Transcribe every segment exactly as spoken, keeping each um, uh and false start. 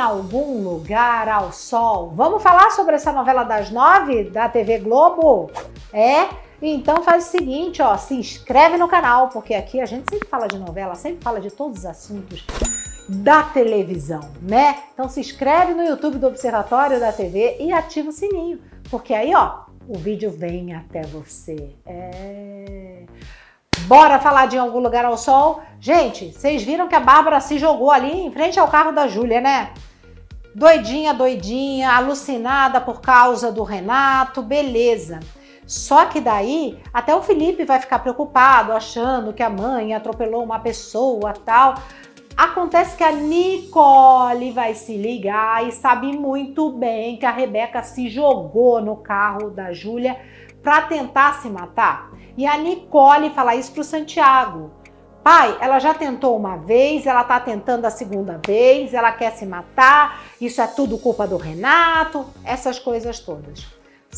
algum lugar ao sol. Vamos falar sobre essa novela das nove da T V Globo? É? Então faz o seguinte, ó, se inscreve no canal, porque aqui a gente sempre fala de novela, sempre fala de todos os assuntos da televisão, né? Então se inscreve no YouTube do Observatório da T V e ativa o sininho, porque aí, ó, o vídeo vem até você. É... Bora falar de Algum Lugar ao Sol? Gente, vocês viram que a Bárbara se jogou ali em frente ao carro da Júlia, né? Doidinha, doidinha, alucinada por causa do Renato, beleza. Só que daí, até o Felipe vai ficar preocupado, achando que a mãe atropelou uma pessoa e tal. Acontece que a Nicole vai se ligar e sabe muito bem que a Rebeca se jogou no carro da Júlia para tentar se matar. E a Nicole fala isso pro Santiago. Pai, ela já tentou uma vez, ela tá tentando a segunda vez, ela quer se matar, isso é tudo culpa do Renato, essas coisas todas.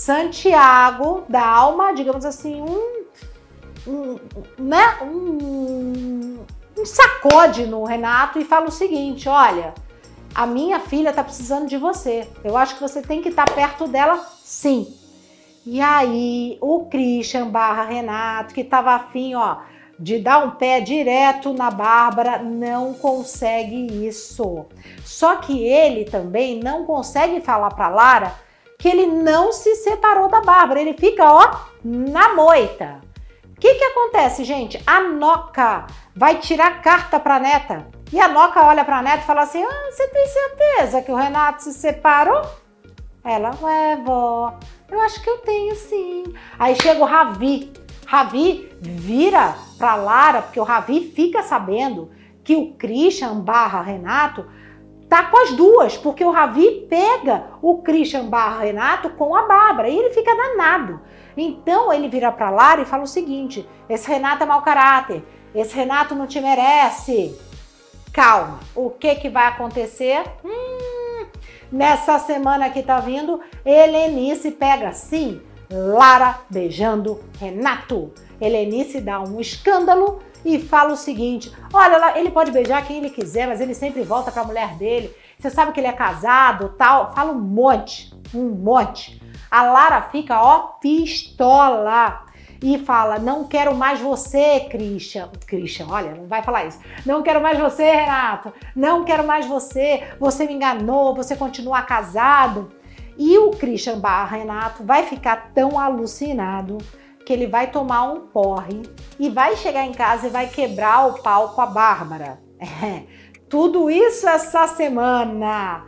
Santiago dá uma, digamos assim, um, um, né, um, um sacode no Renato e fala o seguinte, olha, a minha filha tá precisando de você, eu acho que você tem que estar perto dela, sim. E aí o Christian barra Renato, que tava afim, ó, de dar um pé direto na Bárbara, não consegue isso. Só que ele também não consegue falar pra Lara que ele não se separou da Bárbara, ele fica, ó, na moita. O que que acontece, gente? A Noca vai tirar carta pra neta, e a Noca olha pra neta e fala assim, ah, você tem certeza que o Renato se separou? Ela, ué, vó, eu acho que eu tenho sim. Aí chega o Ravi, Ravi vira pra Lara, porque o Ravi fica sabendo que o Christian barra Renato tá com as duas, porque o Ravi pega o Christian barra Renato com a Bárbara e ele fica danado. Então ele vira pra Lara e fala o seguinte, esse Renato é mau caráter, esse Renato não te merece. Calma, o que que vai acontecer? Hum, nessa semana que tá vindo, Helenice pega sim Lara beijando Renato. Helenice dá um escândalo e fala o seguinte, olha, ele pode beijar quem ele quiser, mas ele sempre volta pra mulher dele. Você sabe que ele é casado, tal. Fala um monte, um monte. A Lara fica, ó, pistola. E fala, não quero mais você, Christian. Christian, olha, não vai falar isso. Não quero mais você, Renato. Não quero mais você. Você me enganou, você continua casado. E o Christian barra Renato vai ficar tão alucinado que ele vai tomar um porre e vai chegar em casa e vai quebrar o pau com a Bárbara. É, tudo isso essa semana.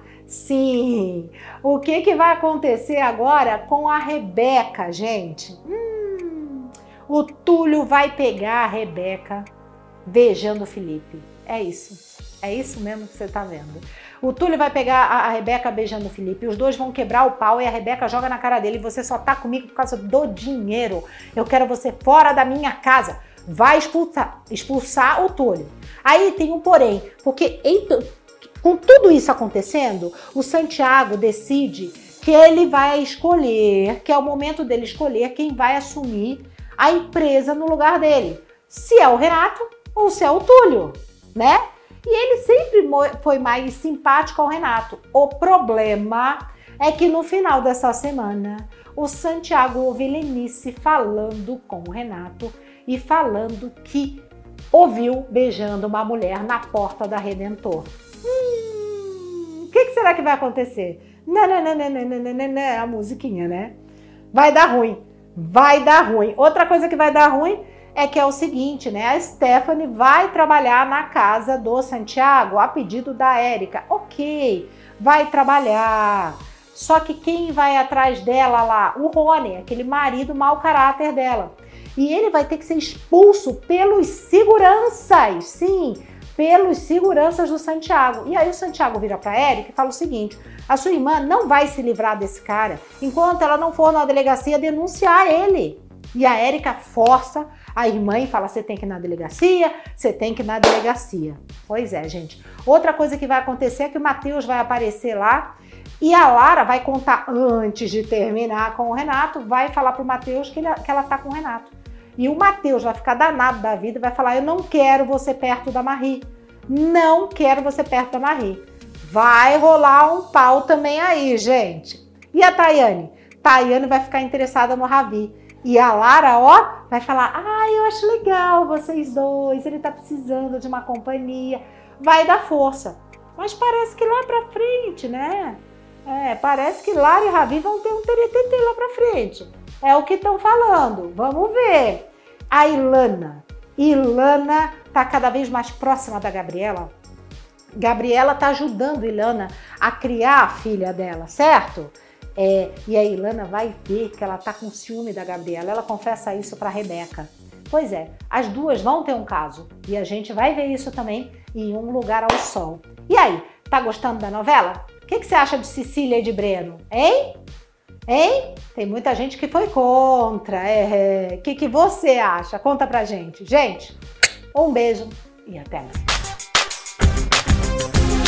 Sim. O que que vai acontecer agora com a Rebeca, gente? Hum, o Túlio vai pegar a Rebeca beijando o Felipe. É isso. É isso mesmo que você tá vendo. O Túlio vai pegar a Rebeca beijando o Felipe, os dois vão quebrar o pau e a Rebeca joga na cara dele, você só tá comigo por causa do dinheiro, eu quero você fora da minha casa, vai expulsar, expulsar o Túlio. Aí tem um porém, porque em, com tudo isso acontecendo, o Santiago decide que ele vai escolher, que é o momento dele escolher quem vai assumir a empresa no lugar dele, se é o Renato ou se é o Túlio, né? E ele sempre foi mais simpático ao Renato. O problema é que no final dessa semana, o Santiago ouve Helenice falando com o Renato e falando que ouviu beijando uma mulher na porta da Redentor. Hum, o que, que será que vai acontecer? Não, não, não, não, não, não, não, não, a musiquinha, né? Vai dar ruim, vai dar ruim. Outra coisa que vai dar ruim é que é o seguinte, né? A Stephanie vai trabalhar na casa do Santiago a pedido da Érica. Ok, vai trabalhar. Só que quem vai atrás dela lá? O Rony, aquele marido mau caráter dela. E ele vai ter que ser expulso pelos seguranças, sim, pelos seguranças do Santiago. E aí o Santiago vira pra Érica e fala o seguinte, a sua irmã não vai se livrar desse cara enquanto ela não for na delegacia denunciar ele. E a Érica força a irmã e fala, você tem que ir na delegacia, você tem que ir na delegacia. Pois é, gente. Outra coisa que vai acontecer é que o Matheus vai aparecer lá e a Lara vai contar antes de terminar com o Renato, vai falar pro Matheus que, que ela tá com o Renato. E o Matheus vai ficar danado da vida e vai falar, eu não quero você perto da Marie. Não quero você perto da Marie. Vai rolar um pau também aí, gente. E a Tayane? Tayane vai ficar interessada no Ravi. E a Lara, ó, vai falar, ah, eu acho legal vocês dois, ele tá precisando de uma companhia. Vai dar força. Mas parece que lá pra frente, né? É, parece que Lara e Ravi vão ter um teretetê lá pra frente. É o que estão falando. Vamos ver. A Ilana. Ilana tá cada vez mais próxima da Gabriela. Gabriela tá ajudando Ilana a criar a filha dela, certo? É, e a Ilana vai ver que ela tá com ciúme da Gabriela. Ela confessa isso pra Rebeca. Pois é, as duas vão ter um caso. E a gente vai ver isso também em Um Lugar ao Sol. E aí, tá gostando da novela? O que, que você acha de Cecília e de Breno? Hein? Hein? Tem muita gente que foi contra. É, o que, que você acha? Conta pra gente. Gente, um beijo e até mais.